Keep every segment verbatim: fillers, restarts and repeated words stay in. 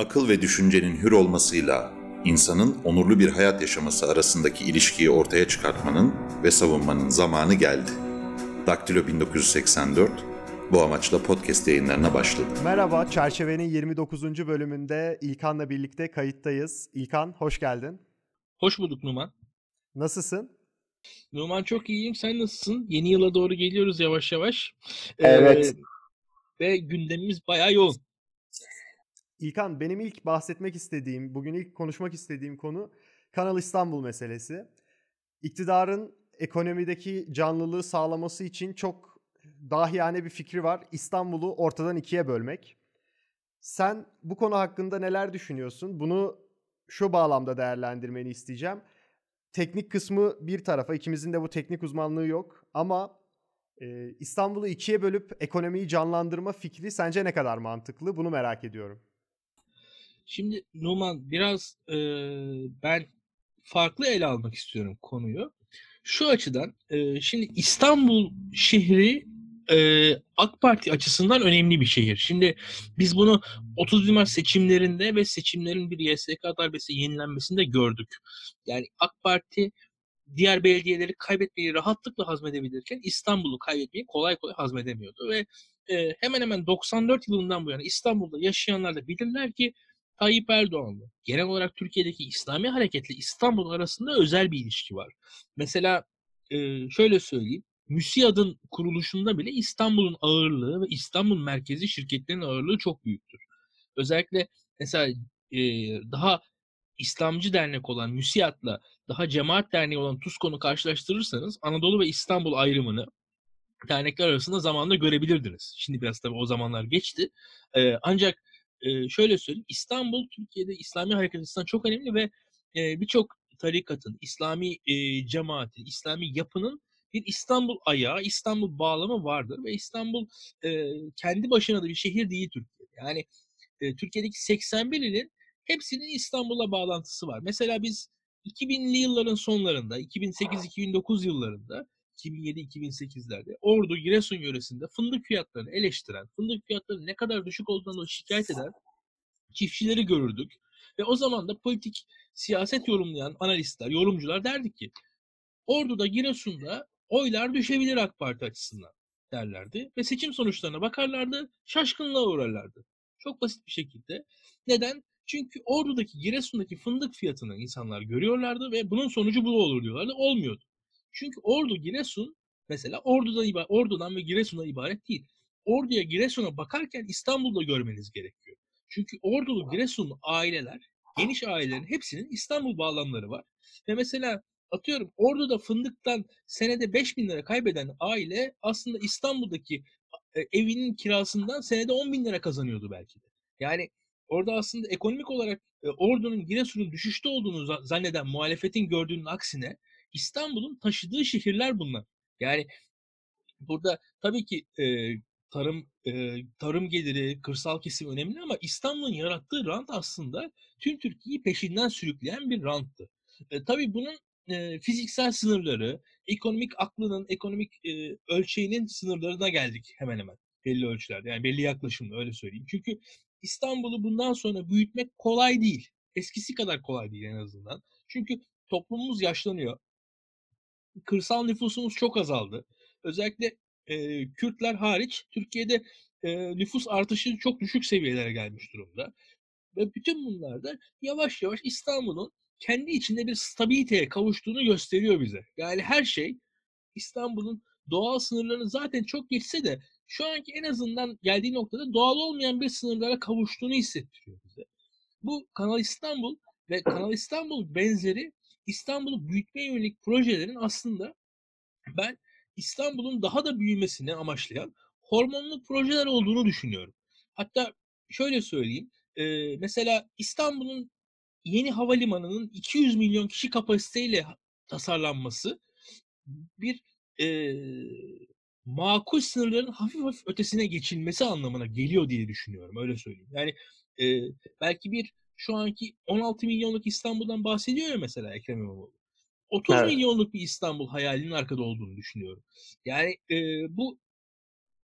Akıl ve düşüncenin hür olmasıyla insanın onurlu bir hayat yaşaması arasındaki ilişkiyi ortaya çıkartmanın ve savunmanın zamanı geldi. Daktilo bin dokuz yüz seksen dört bu amaçla podcast yayınlarına başladı. Merhaba, Çerçeve'nin yirmi dokuzuncu bölümünde İlkan'la birlikte kayıttayız. İlkan, hoş geldin. Hoş bulduk Numan. Nasılsın? Numan çok iyiyim. Sen nasılsın? Yeni yıla doğru geliyoruz yavaş yavaş. Evet. Ee, ve gündemimiz bayağı yoğun. İlkan, benim ilk bahsetmek istediğim, bugün ilk konuşmak istediğim konu Kanal İstanbul meselesi. İktidarın ekonomideki canlılığı sağlaması için çok dahiyane bir fikri var. İstanbul'u ortadan ikiye bölmek. Sen bu konu hakkında neler düşünüyorsun? Bunu şu bağlamda değerlendirmeni isteyeceğim. Teknik kısmı bir tarafa, ikimizin de bu teknik uzmanlığı yok ama e, İstanbul'u ikiye bölüp ekonomiyi canlandırma fikri sence ne kadar mantıklı? Bunu merak ediyorum. Şimdi Numan biraz e, ben farklı ele almak istiyorum konuyu. Şu açıdan e, şimdi İstanbul şehri e, AK Parti açısından önemli bir şehir. Şimdi biz bunu otuz bir Mart seçimlerinde ve seçimlerin bir Y S K darbesi yenilenmesinde gördük. Yani AK Parti diğer belediyeleri kaybetmeyi rahatlıkla hazmedebilirken İstanbul'u kaybetmeyi kolay kolay hazmedemiyordu ve e, hemen hemen doksan dört yılından bu yana İstanbul'da yaşayanlar da bilirler ki Tayyip Erdoğan'la genel olarak Türkiye'deki İslami hareketle İstanbul arasında özel bir ilişki var. Mesela e, şöyle söyleyeyim. MÜSİAD'ın kuruluşunda bile İstanbul'un ağırlığı ve İstanbul merkezi şirketlerin ağırlığı çok büyüktür. Özellikle mesela e, daha İslamcı dernek olan MÜSİAD'la daha cemaat derneği olan TUSKO'nu karşılaştırırsanız Anadolu ve İstanbul ayrımını dernekler arasında zamanla görebilirdiniz. Şimdi biraz tabii o zamanlar geçti. Ee, ancak e, şöyle söyleyeyim, İstanbul Türkiye'de İslami hareket açısından çok önemli ve e, birçok tarikatın, İslami e, cemaatin, İslami yapının bir İstanbul ayağı, İstanbul bağlamı vardır ve İstanbul e, kendi başına da bir şehir değil Türkiye'de. Yani e, Türkiye'deki seksen bir ilin hepsinin İstanbul'la bağlantısı var. Mesela biz iki binli yılların sonlarında, iki bin sekiz iki bin dokuz yıllarında, iki bin yedi iki bin sekizlerde Ordu, Giresun yöresinde fındık fiyatlarını eleştiren, fındık fiyatlarının ne kadar düşük olduğunu şikayet eden çiftçileri görürdük. Ve o zaman da politik siyaset yorumlayan analistler, yorumcular derdi ki Ordu'da, Giresun'da oylar düşebilir AK Parti açısından derlerdi. Ve seçim sonuçlarına bakarlardı, şaşkınlığa uğrarlardı. Çok basit bir şekilde. Neden? Çünkü Ordu'daki, Giresun'daki fındık fiyatını insanlar görüyorlardı ve bunun sonucu bu olur diyorlardı. Olmuyordu. Çünkü Ordu, Giresun mesela Ordu'dan, ibaret, Ordu'dan ve Giresun'dan ibaret değil. Ordu'ya, Giresun'a bakarken İstanbul'da görmeniz gerekiyor. Çünkü Ordulu, Giresunlu aileler, geniş ailelerin hepsinin İstanbul bağlamları var. Ve mesela atıyorum Ordu'da fındıktan senede beş bin lira kaybeden aile aslında İstanbul'daki e, evinin kirasından senede on bin lira kazanıyordu belki de. Yani orada aslında ekonomik olarak e, Ordu'nun, Giresun'un düşüşte olduğunu zanneden muhalefetin gördüğünün aksine İstanbul'un taşıdığı şehirler bunlar. Yani burada tabii ki e, tarım e, tarım geliri, kırsal kesim önemli ama İstanbul'un yarattığı rant aslında tüm Türkiye'yi peşinden sürükleyen bir ranttı. E, tabii bunun e, fiziksel sınırları, ekonomik aklının, ekonomik e, ölçeğinin sınırlarına geldik hemen hemen belli ölçülerde. Yani belli yaklaşımla öyle söyleyeyim. Çünkü İstanbul'u bundan sonra büyütmek kolay değil. Eskisi kadar kolay değil en azından. Çünkü toplumumuz yaşlanıyor. Kırsal nüfusumuz çok azaldı. Özellikle e, Kürtler hariç Türkiye'de e, nüfus artışı çok düşük seviyelere gelmiş durumda. Ve bütün bunlar da yavaş yavaş İstanbul'un kendi içinde bir stabiliteye kavuştuğunu gösteriyor bize. Yani her şey İstanbul'un doğal sınırlarını zaten çok geçse de şu anki en azından geldiği noktada doğal olmayan bir sınırlara kavuştuğunu hissettiriyor bize. Bu Kanal İstanbul ve Kanal İstanbul benzeri İstanbul'u büyütmeye yönelik projelerin aslında ben İstanbul'un daha da büyümesini amaçlayan hormonlu projeler olduğunu düşünüyorum. Hatta şöyle söyleyeyim. E, mesela İstanbul'un yeni havalimanının iki yüz milyon kişi kapasiteyle tasarlanması bir e, makul sınırların hafif hafif ötesine geçilmesi anlamına geliyor diye düşünüyorum. Öyle söyleyeyim. Yani e, belki bir şu anki on altı milyonluk İstanbul'dan bahsediyor ya mesela Ekrem İmamoğlu. otuz Evet. milyonluk bir İstanbul hayalinin arkada olduğunu düşünüyorum. Yani e, bu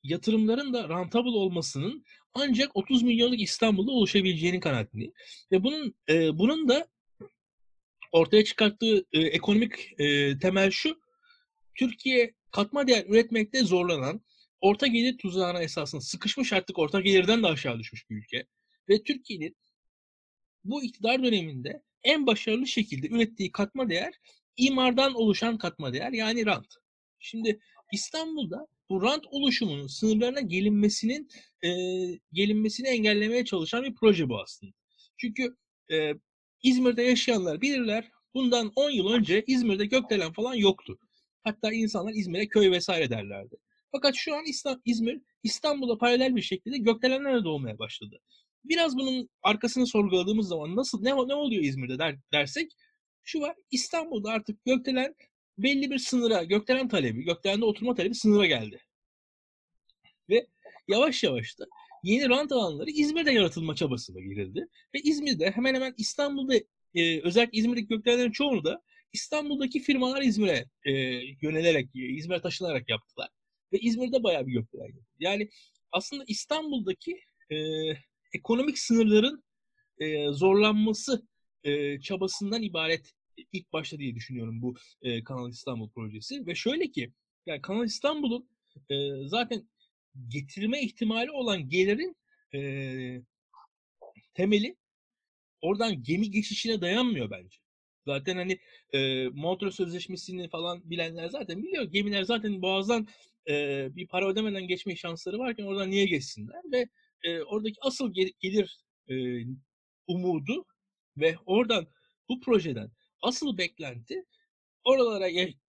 yatırımların da rentable olmasının ancak otuz milyonluk İstanbul'da oluşabileceğinin kanaatindeyim. Ve bunun e, bunun da ortaya çıkarttığı e, ekonomik e, temel şu: Türkiye katma değer üretmekte zorlanan, orta gelir tuzağına esasında sıkışmış, artık orta gelirden de aşağı düşmüş bir ülke. Ve Türkiye'nin bu iktidar döneminde en başarılı şekilde ürettiği katma değer imardan oluşan katma değer, yani rant. Şimdi İstanbul'da bu rant oluşumunun sınırlarına gelinmesinin e, gelinmesini engellemeye çalışan bir proje bu aslında. Çünkü e, İzmir'de yaşayanlar bilirler, bundan on yıl önce İzmir'de gökdelen falan yoktu. Hatta insanlar İzmir'e köy vesaire derlerdi. Fakat şu an İzmir İstanbul'a paralel bir şekilde gökdelenlerle doğmaya başladı. Biraz bunun arkasını sorguladığımız zaman nasıl ne, ne oluyor İzmir'de der, dersek şu var: İstanbul'da artık gökdelen belli bir sınıra, gökdelen talebi, gökdelende oturma talebi sınıra geldi. Ve yavaş yavaş da yeni rant alanları İzmir'de yaratılma çabasına girildi. Ve İzmir'de hemen hemen İstanbul'da e, özellikle İzmir'deki gökdelenlerin çoğunu da İstanbul'daki firmalar İzmir'e e, yönelerek, İzmir'e taşınarak yaptılar. Ve İzmir'de bayağı bir gökdelen yapıldı. Yani aslında İstanbul'daki e, ekonomik sınırların e, zorlanması e, çabasından ibaret ilk başta diye düşünüyorum bu e, Kanal İstanbul projesi. Ve şöyle ki, yani Kanal İstanbul'un e, zaten getirme ihtimali olan gelirin e, temeli oradan gemi geçişine dayanmıyor bence. Zaten hani e, Montreux Sözleşmesi'ni falan bilenler zaten biliyor. Gemiler zaten boğazdan e, bir para ödemeden geçme şansları varken oradan niye geçsinler? Ve e, oradaki asıl gelir e, umudu ve oradan, bu projeden asıl beklenti oralara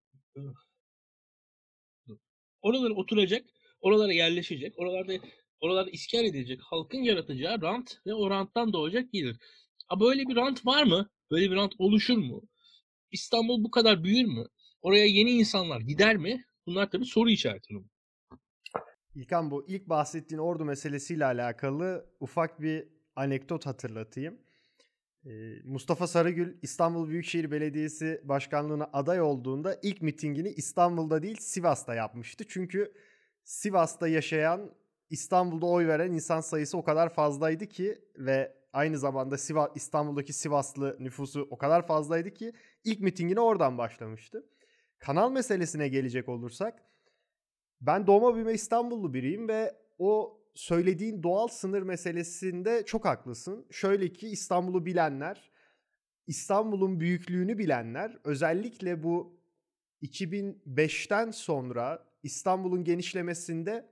oralara oturacak, oralara yerleşecek, oralarda oralarda iskan edilecek halkın yaratacağı rant ve o ranttan doğacak gelir. Ama böyle bir rant var mı? Böyle bir rant oluşur mu? İstanbul bu kadar büyür mü? Oraya yeni insanlar gider mi? Bunlar tabii soru işareti. İlkan, bu ilk bahsettiğin ordu meselesiyle alakalı ufak bir anekdot hatırlatayım. Mustafa Sarıgül İstanbul Büyükşehir Belediyesi Başkanlığı'na aday olduğunda ilk mitingini İstanbul'da değil Sivas'ta yapmıştı. Çünkü Sivas'ta yaşayan, İstanbul'da oy veren insan sayısı o kadar fazlaydı ki ve aynı zamanda Sivas, İstanbul'daki Sivaslı nüfusu o kadar fazlaydı ki ilk mitingini oradan başlamıştı. Kanal meselesine gelecek olursak, ben doğma büyüme İstanbullu biriyim ve o söylediğin doğal sınır meselesinde çok haklısın. Şöyle ki, İstanbul'u bilenler, İstanbul'un büyüklüğünü bilenler, özellikle bu iki bin beşten sonra İstanbul'un genişlemesinde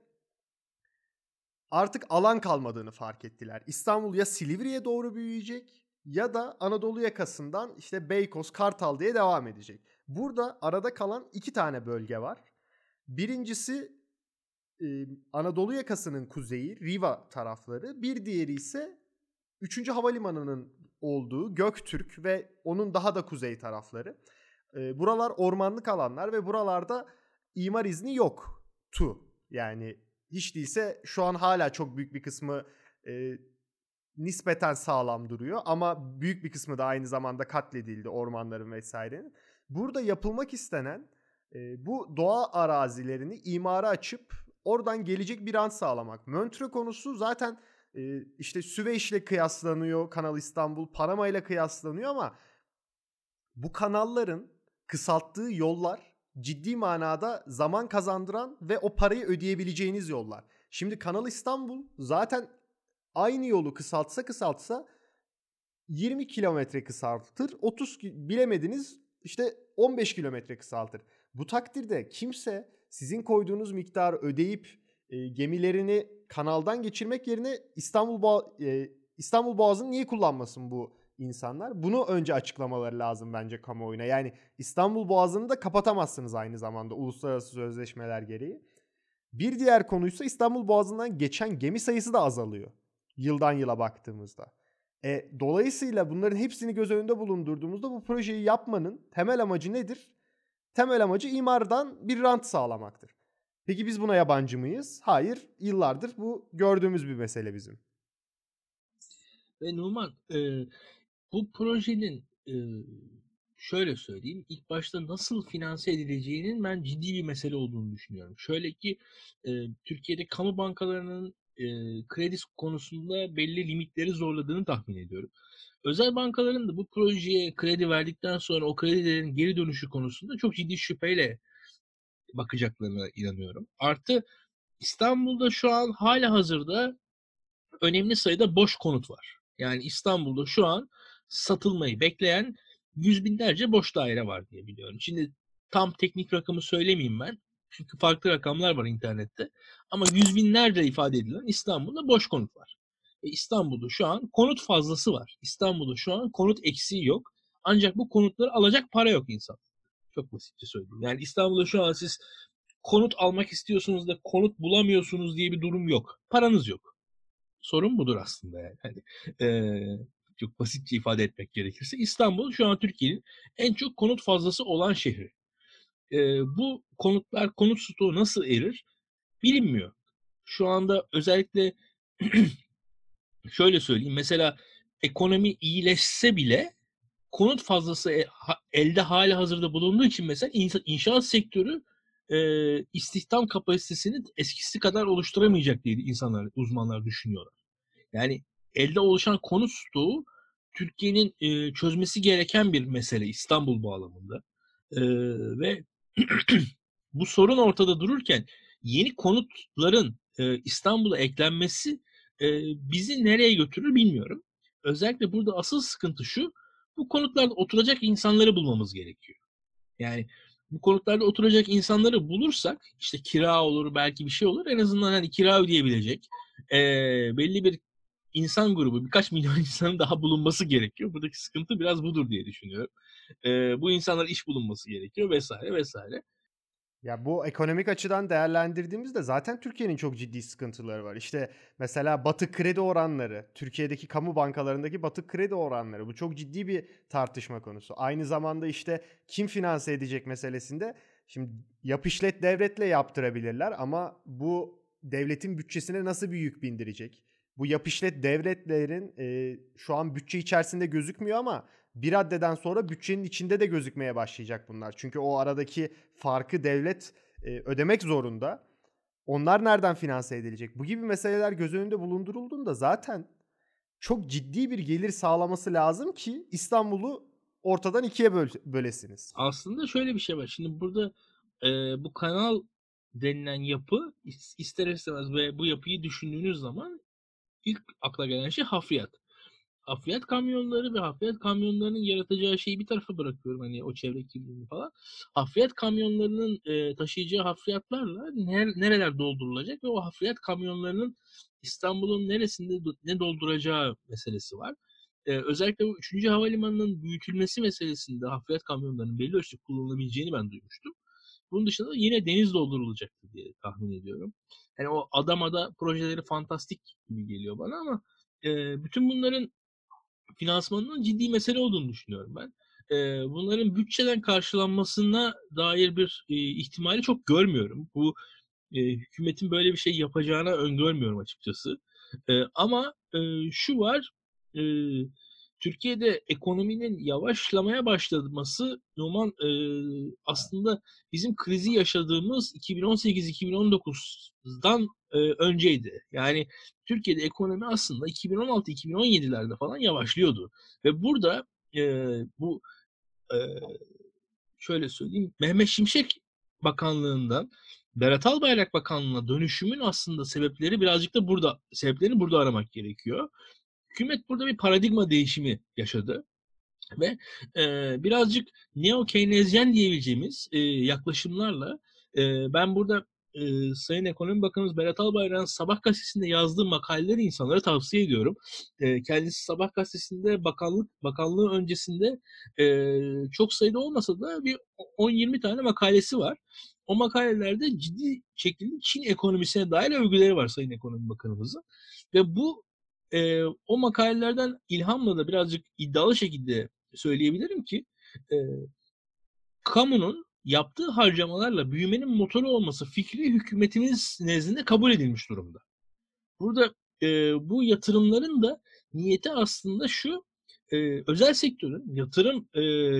artık alan kalmadığını fark ettiler. İstanbul ya Silivri'ye doğru büyüyecek ya da Anadolu yakasından işte Beykoz, Kartal diye devam edecek. Burada arada kalan iki tane bölge var. Birincisi Ee, Anadolu yakasının kuzeyi, Riva tarafları. Bir diğeri ise üçüncü Havalimanı'nın olduğu Göktürk ve onun daha da kuzey tarafları. Ee, buralar ormanlık alanlar ve buralarda imar izni yok. Tu. Yani hiç değilse şu an hala çok büyük bir kısmı e, nispeten sağlam duruyor ama büyük bir kısmı da aynı zamanda katledildi, ormanların vesairenin. Burada yapılmak istenen e, bu doğa arazilerini imara açıp oradan gelecek bir rant sağlamak. Montreux konusu zaten e, işte Süveyş'le kıyaslanıyor, Kanal İstanbul, Panama ile kıyaslanıyor ama bu kanalların kısalttığı yollar ciddi manada zaman kazandıran ve o parayı ödeyebileceğiniz yollar. Şimdi Kanal İstanbul zaten aynı yolu kısaltsa kısaltsa yirmi kilometre kısaltır, otuz bilemediniz işte on beş kilometre kısaltır. Bu takdirde kimse sizin koyduğunuz miktarı ödeyip e, gemilerini kanaldan geçirmek yerine İstanbul Boğa- e, İstanbul Boğazı'nı niye kullanmasın bu insanlar? Bunu önce açıklamaları lazım bence kamuoyuna. Yani İstanbul Boğazı'nı da kapatamazsınız aynı zamanda uluslararası sözleşmeler gereği. Bir diğer konuysa İstanbul Boğazı'ndan geçen gemi sayısı da azalıyor yıldan yıla baktığımızda. E, dolayısıyla bunların hepsini göz önünde bulundurduğumuzda bu projeyi yapmanın temel amacı nedir? Temel amacı imardan bir rant sağlamaktır. Peki biz buna yabancı mıyız? Hayır, yıllardır bu gördüğümüz bir mesele bizim. Ve Numan, e, bu projenin e, şöyle söyleyeyim, ilk başta nasıl finanse edileceğinin ben ciddi bir mesele olduğunu düşünüyorum. Şöyle ki e, Türkiye'de kamu bankalarının e, kredi konusunda belli limitleri zorladığını tahmin ediyorum. Özel bankaların da bu projeye kredi verdikten sonra o kredilerin geri dönüşü konusunda çok ciddi şüpheyle bakacaklarına inanıyorum. Artı İstanbul'da şu an hala hazırda önemli sayıda boş konut var. Yani İstanbul'da şu an satılmayı bekleyen yüz binlerce boş daire var diye biliyorum. Şimdi tam teknik rakamı söylemeyeyim ben. Çünkü farklı rakamlar var internette. Ama yüz binlerce ifade edilen İstanbul'da boş konut var. E İstanbul'da şu an konut fazlası var. İstanbul'da şu an konut eksiği yok. Ancak bu konutları alacak para yok insan. Çok basitçe söyleyeyim. Yani İstanbul'da şu an siz konut almak istiyorsunuz da konut bulamıyorsunuz diye bir durum yok. Paranız yok. Sorun budur aslında yani. Hani, eee, çok basitçe ifade etmek gerekirse İstanbul şu an Türkiye'nin en çok konut fazlası olan şehri. Eee, bu konutlar, konut stoğu nasıl erir bilinmiyor. Şu anda özellikle şöyle söyleyeyim. Mesela ekonomi iyileşse bile konut fazlası e, ha, elde hali hazırda bulunduğu için mesela insa- inşaat sektörü e, istihdam kapasitesini eskisi kadar oluşturamayacak diye insanlar, uzmanlar düşünüyorlar. Yani elde oluşan konut stoğu Türkiye'nin e, çözmesi gereken bir mesele İstanbul bağlamında. E, ve bu sorun ortada dururken yeni konutların e, İstanbul'a eklenmesi e, bizi nereye götürür bilmiyorum. Özellikle burada asıl sıkıntı şu, bu konutlarda oturacak insanları bulmamız gerekiyor. Yani bu konutlarda oturacak insanları bulursak işte kira olur belki bir şey olur en azından hani kira ödeyebilecek e, belli bir insan grubu birkaç milyon insanın daha bulunması gerekiyor. Buradaki sıkıntı biraz budur diye düşünüyorum. E, bu insanlar iş bulunması gerekiyor vesaire vesaire. Ya bu ekonomik açıdan değerlendirdiğimizde zaten Türkiye'nin çok ciddi sıkıntıları var. İşte mesela batık kredi oranları, Türkiye'deki kamu bankalarındaki batık kredi oranları bu çok ciddi bir tartışma konusu. Aynı zamanda işte kim finanse edecek meselesinde şimdi yap işlet devletle yaptırabilirler ama bu devletin bütçesine nasıl bir yük bindirecek? Bu yap işlet devletlerin e, şu an bütçe içerisinde gözükmüyor ama bir raddeden sonra bütçenin içinde de gözükmeye başlayacak bunlar. Çünkü o aradaki farkı devlet e, ödemek zorunda. Onlar nereden finanse edilecek? Bu gibi meseleler göz önünde bulundurulduğunda zaten çok ciddi bir gelir sağlaması lazım ki İstanbul'u ortadan ikiye böl- bölesiniz. Aslında şöyle bir şey var. Şimdi burada e, bu kanal denilen yapı ister istemez ve bu yapıyı düşündüğünüz zaman ilk akla gelen şey hafriyat. Hafriyat kamyonları ve hafriyat kamyonlarının yaratacağı şeyi bir tarafa bırakıyorum hani o çevre kirliliğini falan. Hafriyat kamyonlarının e, taşıyacağı hafriyatlarla ner- nereler doldurulacak ve o hafriyat kamyonlarının İstanbul'un neresinde do- ne dolduracağı meselesi var. E, özellikle bu üçüncü havalimanının büyütülmesi meselesinde hafriyat kamyonlarının belli ölçüde kullanılabileceğini ben duymuştum. Bunun dışında yine deniz doldurulacaktır diye tahmin ediyorum. Yani o Adamada projeleri fantastik gibi geliyor bana ama e, bütün bunların finansmanının ciddi mesele olduğunu düşünüyorum ben. E, bunların bütçeden karşılanmasına dair bir e, ihtimali çok görmüyorum. Bu e, hükümetin böyle bir şey yapacağına öngörmüyorum açıkçası. E, ama e, şu var, e, Türkiye'de ekonominin yavaşlamaya başlaması Numan e, aslında bizim krizi yaşadığımız iki bin on sekiz iki bin on dokuzdan e, önceydi. Yani Türkiye'de ekonomi aslında iki bin on altı iki bin on yedilerde falan yavaşlıyordu. Ve burada e, bu e, şöyle söyleyeyim Mehmet Şimşek Bakanlığından Berat Albayrak Bakanlığı'na dönüşümün aslında sebepleri birazcık da burada sebeplerini burada aramak gerekiyor. Hükümet burada bir paradigma değişimi yaşadı ve e, birazcık neo-Keynesyen diyebileceğimiz e, yaklaşımlarla e, ben burada e, Sayın Ekonomi Bakanımız Berat Albayrak'ın Sabah gazetesinde yazdığı makaleleri insanlara tavsiye ediyorum. E, kendisi Sabah gazetesinde bakanlık bakanlığı öncesinde e, çok sayıda olmasa da bir on yirmi tane makalesi var. O makalelerde ciddi şekilde Çin ekonomisine dair övgüleri var Sayın Ekonomi Bakanımızın. Ve bu e, o makalelerden ilhamla da birazcık iddialı şekilde söyleyebilirim ki e, kamunun yaptığı harcamalarla büyümenin motoru olması fikri hükümetimiz nezdinde kabul edilmiş durumda. Burada e, bu yatırımların da niyeti aslında şu, e, özel sektörün yatırım e,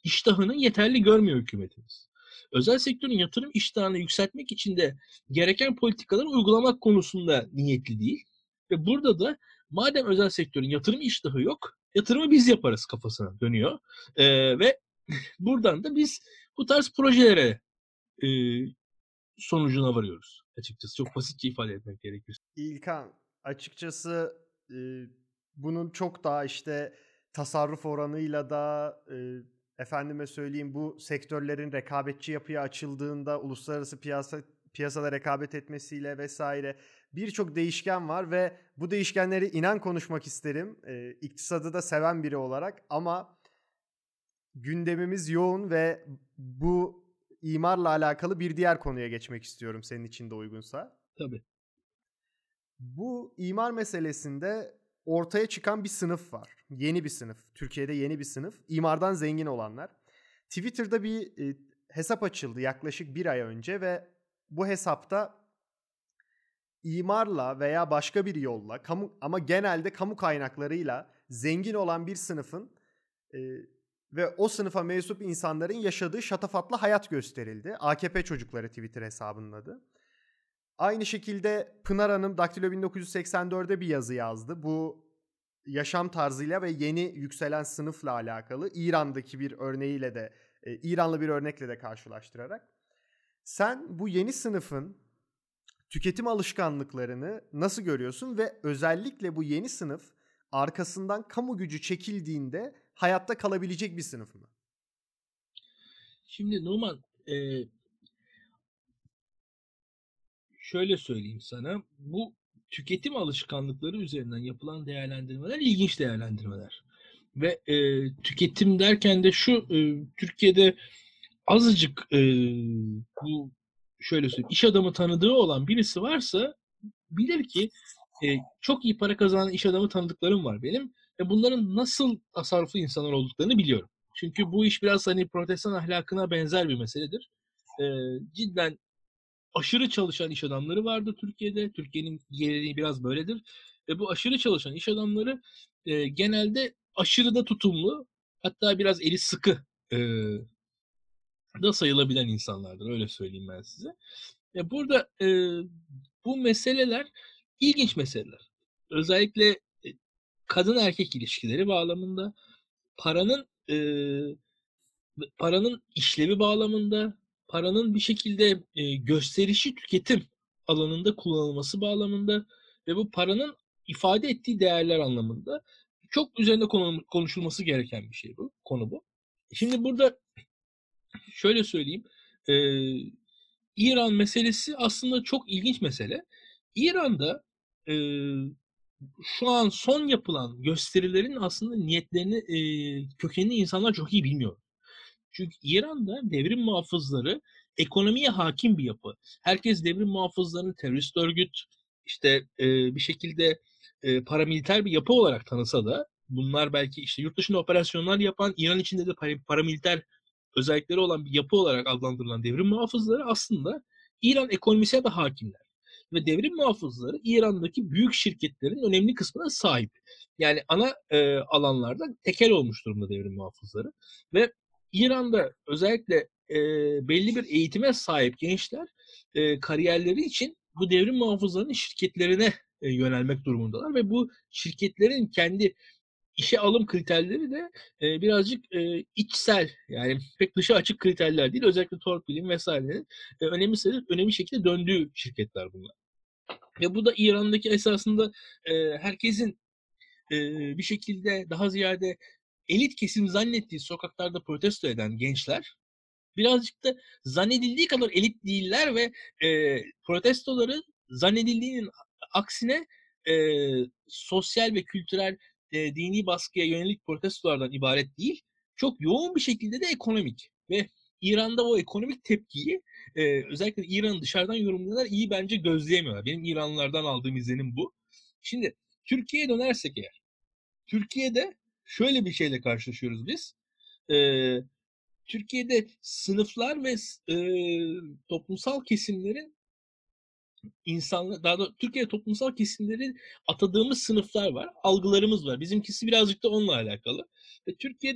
iştahını yeterli görmüyor hükümetimiz. Özel sektörün yatırım iştahını yükseltmek için de gereken politikaları uygulamak konusunda niyetli değil. Ve burada da madem özel sektörün yatırım iştahı yok, yatırımı biz yaparız kafasına dönüyor. Ee, ve buradan da biz bu tarz projelere e, sonucuna varıyoruz açıkçası. Çok basitçe ifade etmek gerekirse. İlkan, açıkçası e, bunun çok daha işte tasarruf oranıyla da e, efendime söyleyeyim bu sektörlerin rekabetçi yapıya açıldığında uluslararası piyasa piyasada rekabet etmesiyle vesaire birçok değişken var ve bu değişkenleri inan konuşmak isterim. E, iktisadı da seven biri olarak ama gündemimiz yoğun ve bu imarla alakalı bir diğer konuya geçmek istiyorum senin için de uygunsa. Tabii. Bu imar meselesinde ortaya çıkan bir sınıf var. Yeni bir sınıf. Türkiye'de yeni bir sınıf. İmardan zengin olanlar. Twitter'da bir e, hesap açıldı yaklaşık bir ay önce ve bu hesapta imarla veya başka bir yolla kamu, ama genelde kamu kaynaklarıyla zengin olan bir sınıfın e, ve o sınıfa mensup insanların yaşadığı şatafatlı hayat gösterildi. A K P çocukları Twitter hesabının adı. Aynı şekilde Pınar Hanım Daktilo bin dokuz yüz seksen dörde bir yazı yazdı. Bu yaşam tarzıyla ve yeni yükselen sınıfla alakalı İran'daki bir örneğiyle de e, İranlı bir örnekle de karşılaştırarak. Sen bu yeni sınıfın tüketim alışkanlıklarını nasıl görüyorsun ve özellikle bu yeni sınıf arkasından kamu gücü çekildiğinde hayatta kalabilecek bir sınıf mı? Şimdi Numan, e, şöyle söyleyeyim sana. Bu tüketim alışkanlıkları üzerinden yapılan değerlendirmeler ilginç değerlendirmeler. Ve e, tüketim derken de şu, e, Türkiye'de azıcık e, bu şöyle söyleyeyim, iş adamı tanıdığı olan birisi varsa bilir ki e, çok iyi para kazanan iş adamı tanıdıklarım var benim. Ve bunların nasıl tasarruflu insanlar olduklarını biliyorum. Çünkü bu iş biraz hani protestan ahlakına benzer bir meseledir. E, cidden aşırı çalışan iş adamları vardır Türkiye'de. Türkiye'nin geleneği biraz böyledir. Ve bu aşırı çalışan iş adamları e, genelde aşırı da tutumlu, hatta biraz eli sıkı e, da sayılabilen insanlardır. Öyle söyleyeyim ben size. E, burada e, bu meseleler ilginç meseleler. Özellikle e, kadın erkek ilişkileri bağlamında, paranın e, paranın işlevi bağlamında, paranın bir şekilde e, gösterişi tüketim alanında kullanılması bağlamında ve bu paranın ifade ettiği değerler anlamında çok üzerinde konu- konuşulması gereken bir şey bu, konu bu. Şimdi burada şöyle söyleyeyim, e, İran meselesi aslında çok ilginç mesele. İran'da e, şu an son yapılan gösterilerin aslında niyetlerini, e, kökenini insanlar çok iyi bilmiyor. Çünkü İran'da devrim muhafızları ekonomiye hakim bir yapı. Herkes devrim muhafızlarını terörist örgüt, işte e, bir şekilde e, paramiliter bir yapı olarak tanısa da bunlar belki işte yurt dışında operasyonlar yapan, İran içinde de para- paramiliter özellikleri olan bir yapı olarak adlandırılan devrim muhafızları aslında İran ekonomisine de hakimler. Ve devrim muhafızları İran'daki büyük şirketlerin önemli kısmına sahip. Yani ana e, alanlarda tekel olmuş durumda devrim muhafızları. Ve İran'da özellikle e, belli bir eğitime sahip gençler e, kariyerleri için bu devrim muhafızlarının şirketlerine e, yönelmek durumundalar ve bu şirketlerin kendi işe alım kriterleri de e, birazcık e, içsel, yani pek dışa açık kriterler değil. Özellikle torpilim vesairenin e, önemli sayıda, önemli şekilde döndüğü şirketler bunlar. Ve bu da İran'daki esasında e, herkesin e, bir şekilde daha ziyade elit kesim zannettiği sokaklarda protesto eden gençler birazcık da zannedildiği kadar elit değiller ve e, protestoları zannedildiğinin aksine e, sosyal ve kültürel e, dini baskıya yönelik protestolardan ibaret değil. Çok yoğun bir şekilde de ekonomik ve İran'da o ekonomik tepkiyi e, özellikle İran'ı dışarıdan yorumlayanlar iyi bence gözleyemiyorlar. Benim İranlılardan aldığım izlenim bu. Şimdi Türkiye'ye dönersek eğer, Türkiye'de şöyle bir şeyle karşılaşıyoruz biz. Ee, Türkiye'de sınıflar ve e, toplumsal kesimlerin insanlar, daha da Türkiye toplumsal kesimlerin atadığımız sınıflar var, algılarımız var. Bizimkisi birazcık da onunla alakalı. Ve Türkiye'de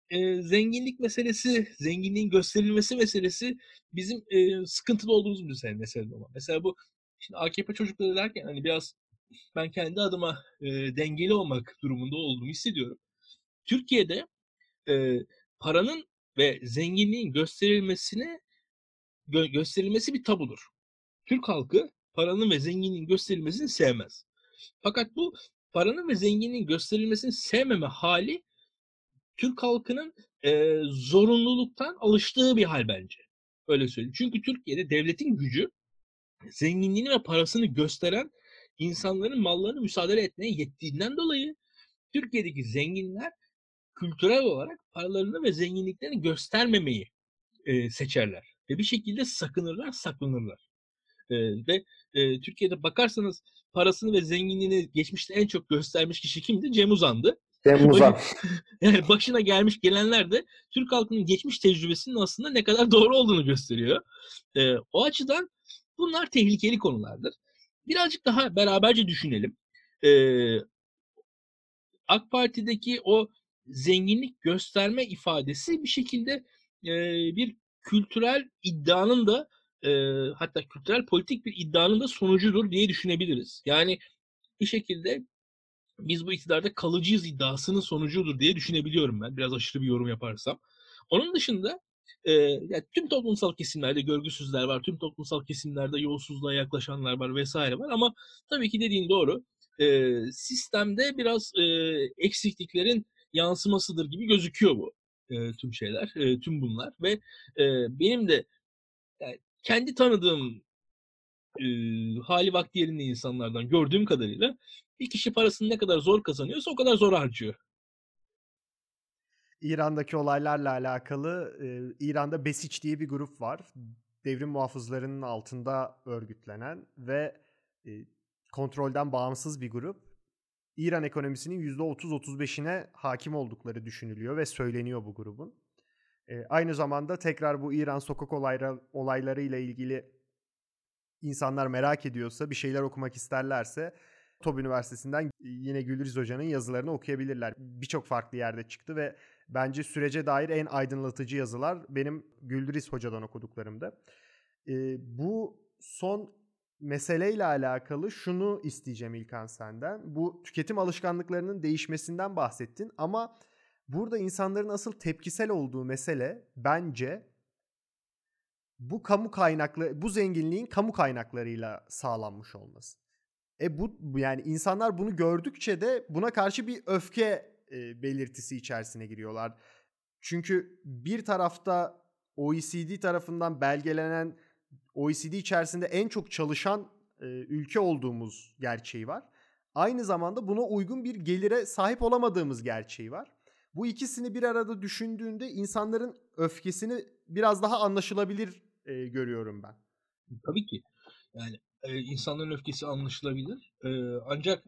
eee, zenginlik meselesi, zenginliğin gösterilmesi meselesi bizim, eee, sıkıntılı olduğumuz bir mesele mesele ama. Mesela bu şimdi A K P çocukları derken, hani, biraz ben kendi adıma, eee, dengeli olmak durumunda olduğumu hissediyorum. Türkiye'de, eee, paranın ve zenginliğin gösterilmesine gö gösterilmesi bir tabudur. Türk halkı paranın ve zenginliğin gösterilmesini sevmez. Fakat bu paranın ve zenginliğin gösterilmesini sevmeme hâli Türk halkının, eee, zorunluluktan alıştığı bir hâl bence. Öyle söyleyeyim. Çünkü Türkiye'de devletin gücü zenginliğini ve parasını gösteren insanların mallarını müsaade etmeye yettiğinden dolayı Türkiye'deki zenginler kültürel olarak paralarını ve zenginliklerini göstermemeyi, eee, seçerler ve bir şekilde sakınırlar, saklanırlar. Eee, ve, eee, Türkiye'de bakarsanız parasını ve zenginliğini geçmişte en çok göstermiş kişi kimdi? Cem Uzan'dı. Cem Başı Uzan. yani başına gelmiş gelenler de Türk halkının geçmiş tecrübesinin aslında ne kadar doğru olduğunu gösteriyor. Eee, o açıdan bunlar tehlikeli konulardır. Birazcık daha beraberce düşünelim. Eee AK Parti'deki o zenginlik gösterme ifadesi bir şekilde, eee, bir kültürel iddianın da, eee, hatta kültürel politik bir iddianın da sonucudur diye düşünebiliriz. Yani bir şekilde biz bu iktidarda kalıcıyız iddiasının sonucudur diye düşünebiliyorum ben, biraz aşırı bir yorum yaparsam. Onun dışında, eee, ya tüm toplumsal kesimlerde görgüsüzler var, tüm toplumsal kesimlerde yolsuzluğa yaklaşanlar var vesaire var ama tabii ki dediğin doğru. Eee, sistemde biraz, eee, eksikliklerin yansımasıdır gibi gözüküyor bu, eee, tüm şeyler, eee, tüm bunlar ve, eee, benim de yani kendi tanıdığım, eee, hâli vakti yerinde insanlardan gördüğüm kadarıyla bir kişi parasını ne kadar zor kazanıyorsa o kadar zor harcıyor. İran'daki olaylarla alakalı, eee, İran'da Besiç diye bir grup var. Devrim muhafızlarının altında örgütlenen ve, eee, kontrolden bağımsız bir grup. İran ekonomisinin yüzde otuz otuz beşine hakim oldukları düşünülüyor ve söyleniyor bu grubun. Eee, aynı zamanda tekrar bu İran sokak olayra olaylarıyla ilgili insanlar merak ediyorsa, bir şeyler okumak isterlerse TOB Üniversitesi'nden yine Gülriz Hoca'nın yazılarını okuyabilirler. Birçok farklı yerde çıktı ve bence sürece dair en aydınlatıcı yazılar benim Gülriz Hoca'dan okuduklarımda. Eee, bu son meseleyle alakalı şunu isteyeceğim İlkan senden. Bu tüketim alışkanlıklarının değişmesinden bahsettin ama burada insanların asıl tepkisel olduğu mesele bence bu kamu kaynaklı bu zenginliğin kamu kaynaklarıyla sağlanmış olması. E bu bu yani insanlar bunu gördükçe de buna karşı bir öfke e, belirtisi içerisine giriyorlar. Çünkü bir tarafta O E C D tarafından belgelenen O E C D içerisinde en çok çalışan e, ülke olduğumuz gerçeği var. Aynı zamanda buna uygun bir gelire sahip olamadığımız gerçeği var. Bu ikisini bir arada düşündüğünde insanların öfkesini biraz daha anlaşılabilir e, görüyorum ben. Tabii ki. Yani, eee, insanların öfkesi anlaşılabilir. Eee, ancak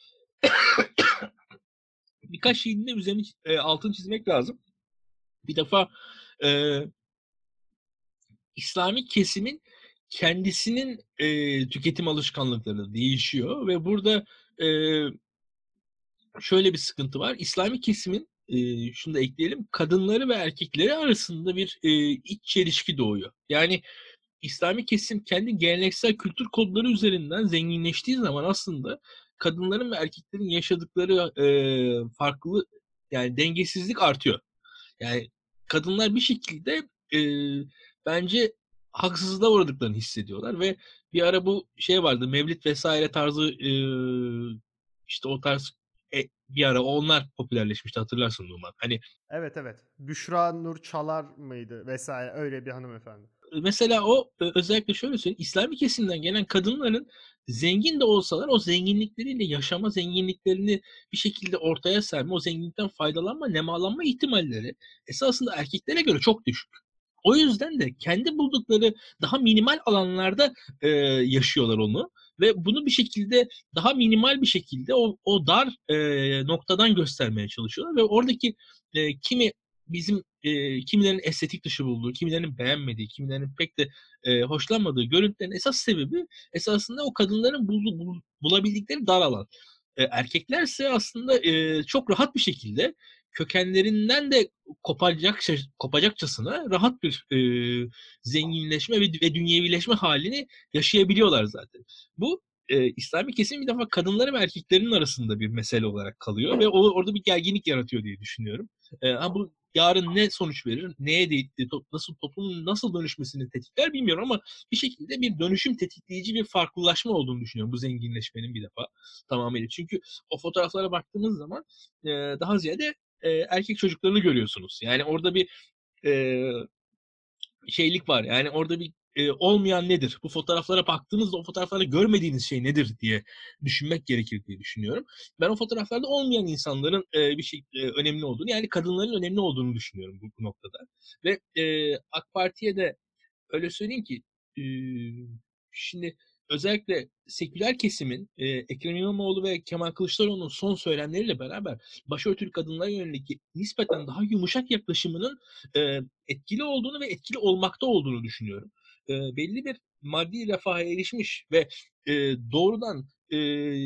birkaç şeyin de üzerine eee, altını çizmek lazım. Bir defa, eee, İslami kesimin kendisinin, eee, tüketim alışkanlıkları değişiyor ve burada, eee, şöyle bir sıkıntı var. İslami kesimin, eee, şunu da ekleyelim, kadınları ve erkekleri arasında bir, eee, iç çelişki doğuyor. Yani İslami kesim kendi geleneksel kültür kodları üzerinden zenginleştiği zaman aslında kadınların ve erkeklerin yaşadıkları, eee, farklı yani dengesizlik artıyor. Yani kadınlar bir şekilde, eee, bence haksızlığa uğradıklarını hissediyorlar ve bir ara bu şey vardı, Mevlid vesaire tarzı, eee, işte o tarz e bir ara onlar popülerleşmişti hatırlarsın Numan. Hani Evet, evet. Büşra Nur Çalar mıydı vesaire öyle bir hanımefendi. mesela o ö özellikle şöyle söyleyeyim, İslami kesimden gelen kadınların zengin de olsalar o zenginlikleriyle yaşama, zenginliklerini bir şekilde ortaya serme, o zenginlikten faydalanma, nemalanma ihtimalleri esasında erkeklere göre çok düşük. O yüzden de kendi buldukları daha minimal alanlarda, eee, yaşıyorlar onu ve bunu bir şekilde daha minimal bir şekilde o o dar, eee, noktadan göstermeye çalışıyorlar ve oradaki, eee, kimi bizim, eee, kimilerinin estetik dışı bulduğu, kimilerinin beğenmediği, kimilerinin pek de, eee, hoşlanmadığı görüntülerin esas sebebi esasında o kadınların buldu bul bulabildikleri dar alan. E, erkeklerse aslında e, çok rahat bir şekilde kökenlerinden de kopacak kopacakçasına rahat bir e, zenginleşme ve, ve dünyevileşme halini yaşayabiliyorlar zaten. Bu e, İslami kesim bir defa kadınların ve erkeklerin arasında bir mesele olarak kalıyor ve o orada bir gerginlik yaratıyor diye düşünüyorum. E, ha bu yarın ne sonuç verir, neye de, nasıl toplumun nasıl dönüşmesini tetikler bilmiyorum ama bir şekilde bir dönüşüm tetikleyici bir farklılaşma olduğunu düşünüyorum bu zenginleşmenin bir defa tamamıyla. Çünkü o fotoğraflara baktığınız zaman e, daha ziyade e, erkek çocuklarını görüyorsunuz. Yani orada bir e, şeylik var. Yani orada bir e, olmayan nedir? Bu fotoğraflara baktığınızda o fotoğraflarda görmediğiniz şey nedir diye düşünmek gerekir diye düşünüyorum. Ben o fotoğraflarda olmayan insanların e, bir şey e, önemli olduğunu, yani kadınların önemli olduğunu düşünüyorum bu, bu noktada. Ve e, AK Parti'ye de öyle söyleyeyim ki e, şimdi özellikle seküler kesimin e, Ekrem İmamoğlu ve Kemal Kılıçdaroğlu'nun son söylemleriyle beraber başörtülü kadınlara yönelik nispeten daha yumuşak yaklaşımının e, etkili olduğunu ve etkili olmakta olduğunu düşünüyorum. E, belli bir maddi refaha erişmiş ve e, doğrudan e,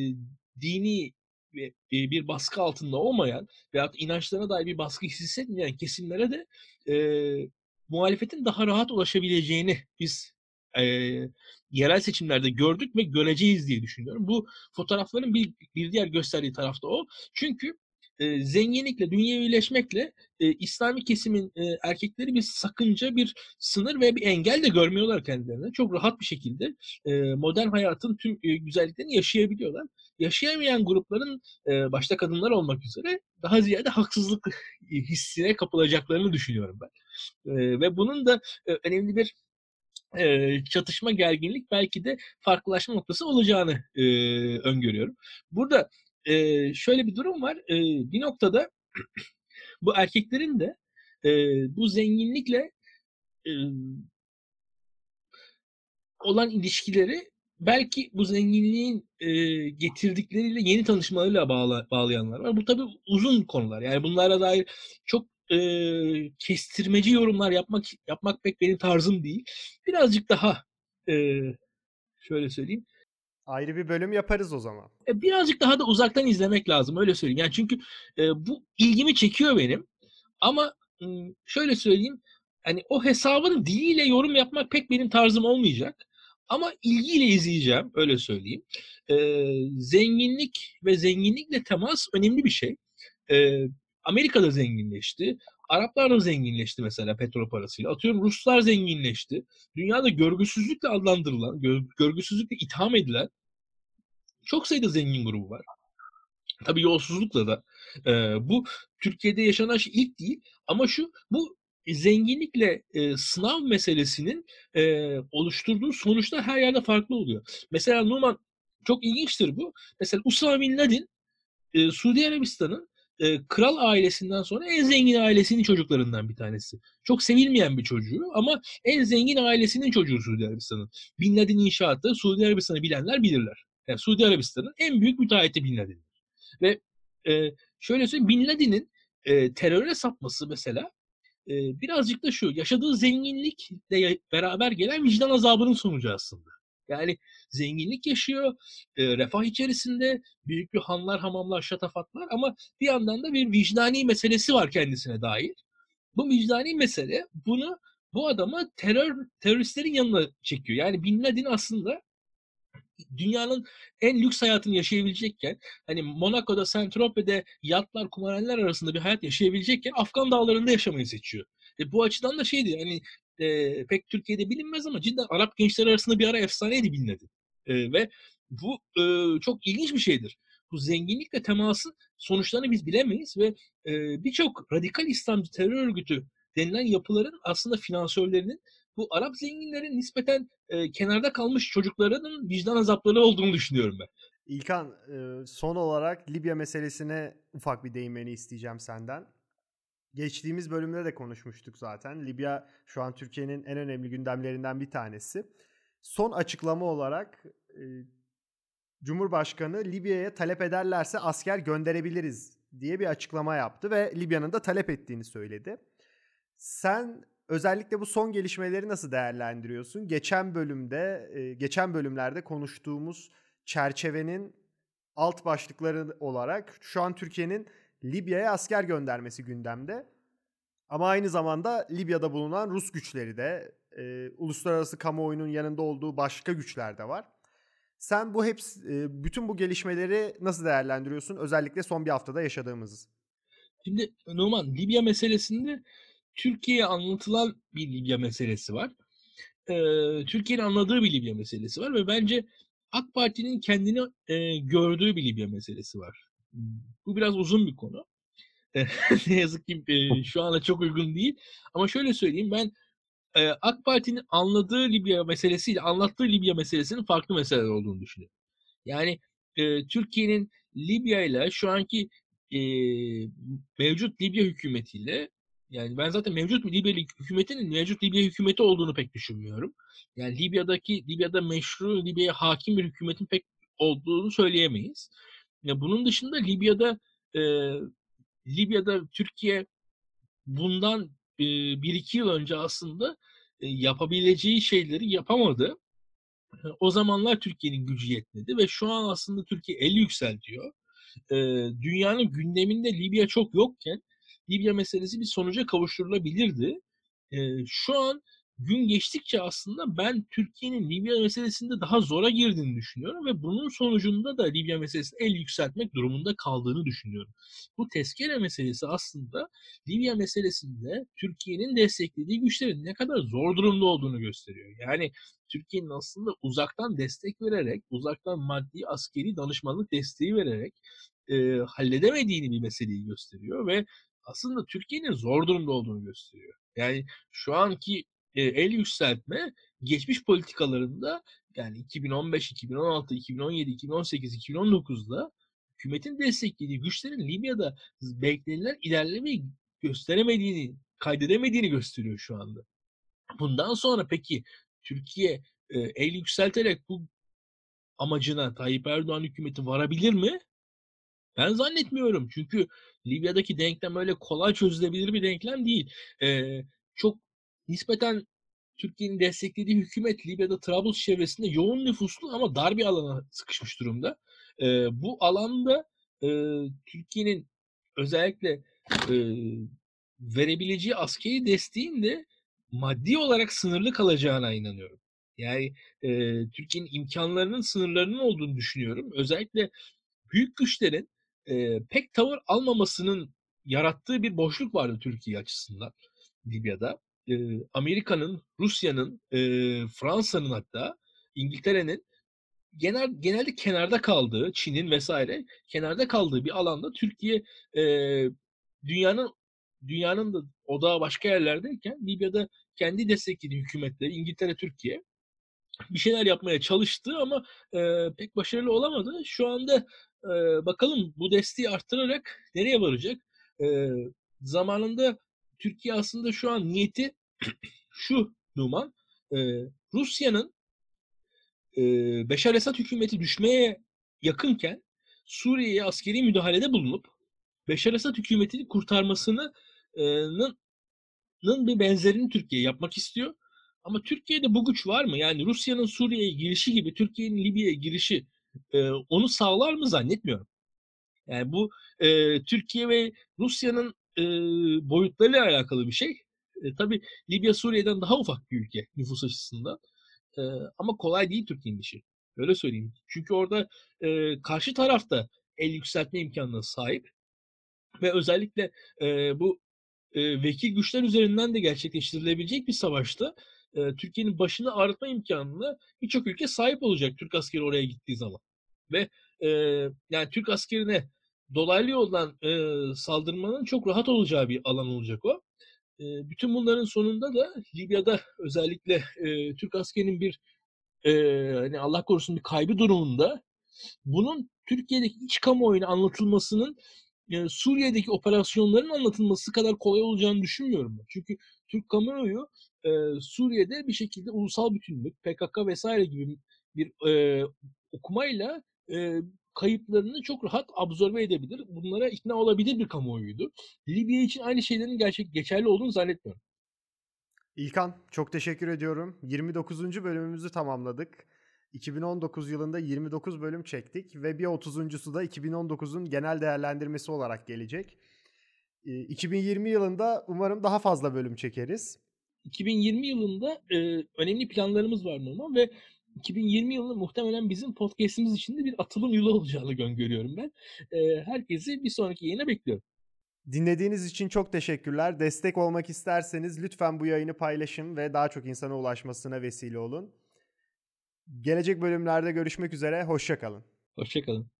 dini ve e, bir baskı altında olmayan veyahut inançlarına dair bir baskı hissetmeyen kesimlere de e, muhalefetin daha rahat ulaşabileceğini biz e, yerel seçimlerde gördük ve göreceğiz diye düşünüyorum. Bu fotoğrafların bir, bir diğer gösterdiği tarafta o. Çünkü e, zenginlikle, dünyevileşmekle e, İslami kesimin e, erkekleri bir sakınca, bir sınır ve bir engel de görmüyorlar kendilerine. Çok rahat bir şekilde e, modern hayatın tüm e, güzelliklerini yaşayabiliyorlar. Yaşayamayan grupların e, başta kadınlar olmak üzere daha ziyade haksızlık hissine kapılacaklarını düşünüyorum ben. E, ve bunun da e, önemli bir e, çatışma, gerginlik, belki de farklılaşma noktası olacağını e, öngörüyorum. Burada e, şöyle bir durum var. E, bir noktada bu erkeklerin de e, bu zenginlikle e, olan ilişkileri belki bu zenginliğin e, getirdikleriyle yeni tanışmalarıyla bağla, bağlayanlar var. Bu tabii uzun konular. Yani bunlara dair çok e, kestirmeci yorumlar yapmak yapmak pek benim tarzım değil. Birazcık daha e, şöyle söyleyeyim. Ayrı bir bölüm yaparız o zaman. E, birazcık daha da uzaktan izlemek lazım, öyle söyleyeyim. Yani çünkü e, bu ilgimi çekiyor benim. Ama şöyle söyleyeyim, hani o hesabın diliyle yorum yapmak pek benim tarzım olmayacak. Ama ilgiyle izleyeceğim, öyle söyleyeyim. Ee, zenginlik ve zenginlikle temas önemli bir şey. Ee, Amerika'da zenginleşti. Araplar da zenginleşti mesela petrol parasıyla. Atıyorum Ruslar zenginleşti. Dünyada görgüsüzlükle adlandırılan, görgüsüzlükle itham edilen çok sayıda zengin grubu var. Tabii yolsuzlukla da e, bu Türkiye'de yaşanan şey ilk değil ama şu bu zenginlikle e, sınav meselesinin e, oluşturduğu sonuçlar her yerde farklı oluyor. Mesela Numan, çok ilginçtir bu. Mesela Usama Bin Laden e, Suudi Arabistan'ın e, kral ailesinden sonra en zengin ailesinin çocuklarından bir tanesi. Çok sevilmeyen bir çocuğu ama en zengin ailesinin çocuğu Suudi Arabistan'ın. Bin Laden inşaatı Suudi Arabistan'ı bilenler bilirler. Yani Suudi Arabistan'ın en büyük müteahhiti Bin Laden. Ve e, şöyle söyleyeyim, Bin Laden'in e, teröre sapması mesela e, birazcık da şu, yaşadığı zenginlikle beraber gelen vicdan azabının sonucu aslında. Yani zenginlik yaşıyor, e, refah içerisinde, büyük bir hanlar, hamamlar, şatafatlar ama bir yandan da bir vicdani meselesi var kendisine dair. Bu vicdani mesele bunu bu adamı terör teröristlerin yanına çekiyor. Yani Bin Laden aslında dünyanın en lüks hayatını yaşayabilecekken, hani Monaco'da, Saint-Tropez'de yatlar, kumarhaneler arasında bir hayat yaşayabilecekken Afgan dağlarında yaşamayı seçiyor. E, bu açıdan da şeydi, hani e, pek Türkiye'de bilinmez ama cidden Arap gençleri arasında bir ara efsaneydi Bin Laden. E, ve bu e, çok ilginç bir şeydir. Bu zenginlikle temasın sonuçlarını biz bilemeyiz ve e, birçok radikal İslamcı terör örgütü denilen yapıların aslında finansörlerinin bu Arap zenginlerin nispeten e, kenarda kalmış çocuklarının vicdan azapları olduğunu düşünüyorum ben. İlkan, e, son olarak Libya meselesine ufak bir değinmeni isteyeceğim senden. Geçtiğimiz bölümde de konuşmuştuk zaten. Libya şu an Türkiye'nin en önemli gündemlerinden bir tanesi. Son açıklama olarak e, Cumhurbaşkanı Libya'ya talep ederlerse asker gönderebiliriz diye bir açıklama yaptı ve Libya'nın da talep ettiğini söyledi. Sen özellikle bu son gelişmeleri nasıl değerlendiriyorsun? Geçen bölümde, geçen bölümlerde konuştuğumuz çerçevenin alt başlıkları olarak şu an Türkiye'nin Libya'ya asker göndermesi gündemde. Ama aynı zamanda Libya'da bulunan Rus güçleri de, e, uluslararası kamuoyunun yanında olduğu başka güçler de var. Sen bu hepsi, e, bütün bu gelişmeleri nasıl değerlendiriyorsun? Özellikle son bir haftada yaşadığımız. Şimdi Numan, Libya meselesinde Türkiye'ye anlatılan bir Libya meselesi var. Ee, Türkiye'nin anladığı bir Libya meselesi var ve bence AK Parti'nin kendini e, gördüğü bir Libya meselesi var. Bu biraz uzun bir konu. Ne yazık ki e, şu anda çok uygun değil. Ama şöyle söyleyeyim, ben e, AK Parti'nin anladığı Libya meselesiyle anlattığı Libya meselesinin farklı meseleler olduğunu düşünüyorum. Yani e, Türkiye'nin Libya ile şu anki e, mevcut Libya hükümetiyle, yani ben zaten mevcut Libya hükümetinin mevcut Libya hükümeti olduğunu pek düşünmüyorum. Yani Libya'daki Libya'da meşru Libya'ya hakim bir hükümetin pek olduğunu söyleyemeyiz. Ya bunun dışında Libya'da e, Libya'da Türkiye bundan e, bir iki yıl önce aslında e, yapabileceği şeyleri yapamadı. O zamanlar Türkiye'nin gücü yetmedi ve şu an aslında Türkiye el yükseltiyor. Ee, dünyanın gündeminde Libya çok yokken Libya meselesi bir sonuca kavuşturulabilirdi. Ee, şu an gün geçtikçe aslında ben Türkiye'nin Libya meselesinde daha zora girdiğini düşünüyorum ve bunun sonucunda da Libya meselesine el yükseltmek durumunda kaldığını düşünüyorum. Bu tezkere meselesi aslında Libya meselesinde Türkiye'nin desteklediği güçlerin ne kadar zor durumda olduğunu gösteriyor. Yani Türkiye'nin aslında uzaktan destek vererek, uzaktan maddi, askeri danışmanlık desteği vererek e, halledemediğini bir meseleyi gösteriyor ve aslında Türkiye'nin zor durumda olduğunu gösteriyor. Yani şu anki e, el yükseltme geçmiş politikalarında, yani iki bin on beş, iki bin on altı, iki bin on yedi, iki bin on sekiz, iki bin on dokuzda hükümetin desteklediği güçlerin Libya'da beklenilen ilerlemeyi gösteremediğini, kaydedemediğini gösteriyor şu anda. Bundan sonra peki Türkiye e, el yükselterek bu amacına Tayyip Erdoğan hükümeti varabilir mi? Ben zannetmiyorum. Çünkü Libya'daki denklem öyle kolay çözülebilir bir denklem değil. Ee, çok nispeten Türkiye'nin desteklediği hükümet Libya'da Trablus çevresinde yoğun nüfuslu ama dar bir alana sıkışmış durumda. Ee, bu alanda e, Türkiye'nin özellikle e, verebileceği askeri desteğin de maddi olarak sınırlı kalacağına inanıyorum. Yani e, Türkiye'nin imkanlarının sınırlarının olduğunu düşünüyorum. Özellikle büyük güçlerin e, pek tavır almamasının yarattığı bir boşluk vardı Türkiye açısından Libya'da. E, Amerika'nın, Rusya'nın, e, Fransa'nın, hatta İngiltere'nin genel genelde kenarda kaldığı, Çin'in vesaire kenarda kaldığı bir alanda Türkiye e, dünyanın dünyanın da odağı başka yerlerdeyken Libya'da kendi desteklediği hükümetleri İngiltere, Türkiye bir şeyler yapmaya çalıştı ama e, pek başarılı olamadı. Şu anda e, bakalım bu desteği arttırarak nereye varacak? E, zamanında Türkiye aslında şu an niyeti şu Numan, e, Rusya'nın e, Beşar Esad hükümeti düşmeye yakınken Suriye'ye askeri müdahalede bulunup Beşar Esad hükümetini kurtarmasının bir benzerini Türkiye yapmak istiyor. Ama Türkiye'de bu güç var mı? Yani Rusya'nın Suriye'ye girişi gibi Türkiye'nin Libya'ya girişi e, onu sağlar mı zannetmiyorum. Yani bu e, Türkiye ve Rusya'nın e, boyutlarıyla alakalı bir şey. E, tabii Libya Suriye'den daha ufak bir ülke nüfus açısından. E, ama kolay değil Türkiye'nin işi. Öyle söyleyeyim. Çünkü orada e, karşı tarafta el yükseltme imkanına sahip ve özellikle e, bu e, vekil güçler üzerinden de gerçekleştirilebilecek bir savaşta e, Türkiye'nin başını ağrıtma imkanına birçok ülke sahip olacak Türk askeri oraya gittiği zaman. Ve e, yani Türk askerine dolaylı yoldan e, saldırmanın çok rahat olacağı bir alan olacak o. E, bütün bunların sonunda da Libya'da özellikle e, Türk askerinin bir e, hani Allah korusun bir kaybı durumunda bunun Türkiye'deki iç kamuoyuna anlatılmasının e, Suriye'deki operasyonların anlatılması kadar kolay olacağını düşünmüyorum ben. Çünkü Türk kamuoyu e, Suriye'de bir şekilde ulusal bütünlük, P K K vesaire gibi bir e, okumayla e, kayıplarını çok rahat absorbe edebilir. Bunlara ikna olabilir bir kamuoyuydu. Libya için aynı şeylerin gerçek geçerli olduğunu zannetmiyorum. İlkan, çok teşekkür ediyorum. yirmi dokuzuncu bölümümüzü tamamladık. iki bin on dokuz yılında yirmi dokuz bölüm çektik ve bir otuzuncusu da iki bin on dokuzun genel değerlendirmesi olarak gelecek. iki bin yirmi yılında umarım daha fazla bölüm çekeriz. iki bin yirmi yılında e, önemli planlarımız var Numan ve iki bin yirmi yılında muhtemelen bizim podcast'imiz için de bir atılım yılı olacağını öngörüyorum ben. E, herkesi bir sonraki yayına bekliyorum. Dinlediğiniz için çok teşekkürler. Destek olmak isterseniz lütfen bu yayını paylaşın ve daha çok insana ulaşmasına vesile olun. Gelecek bölümlerde görüşmek üzere. Hoşça kalın. Hoşça kalın.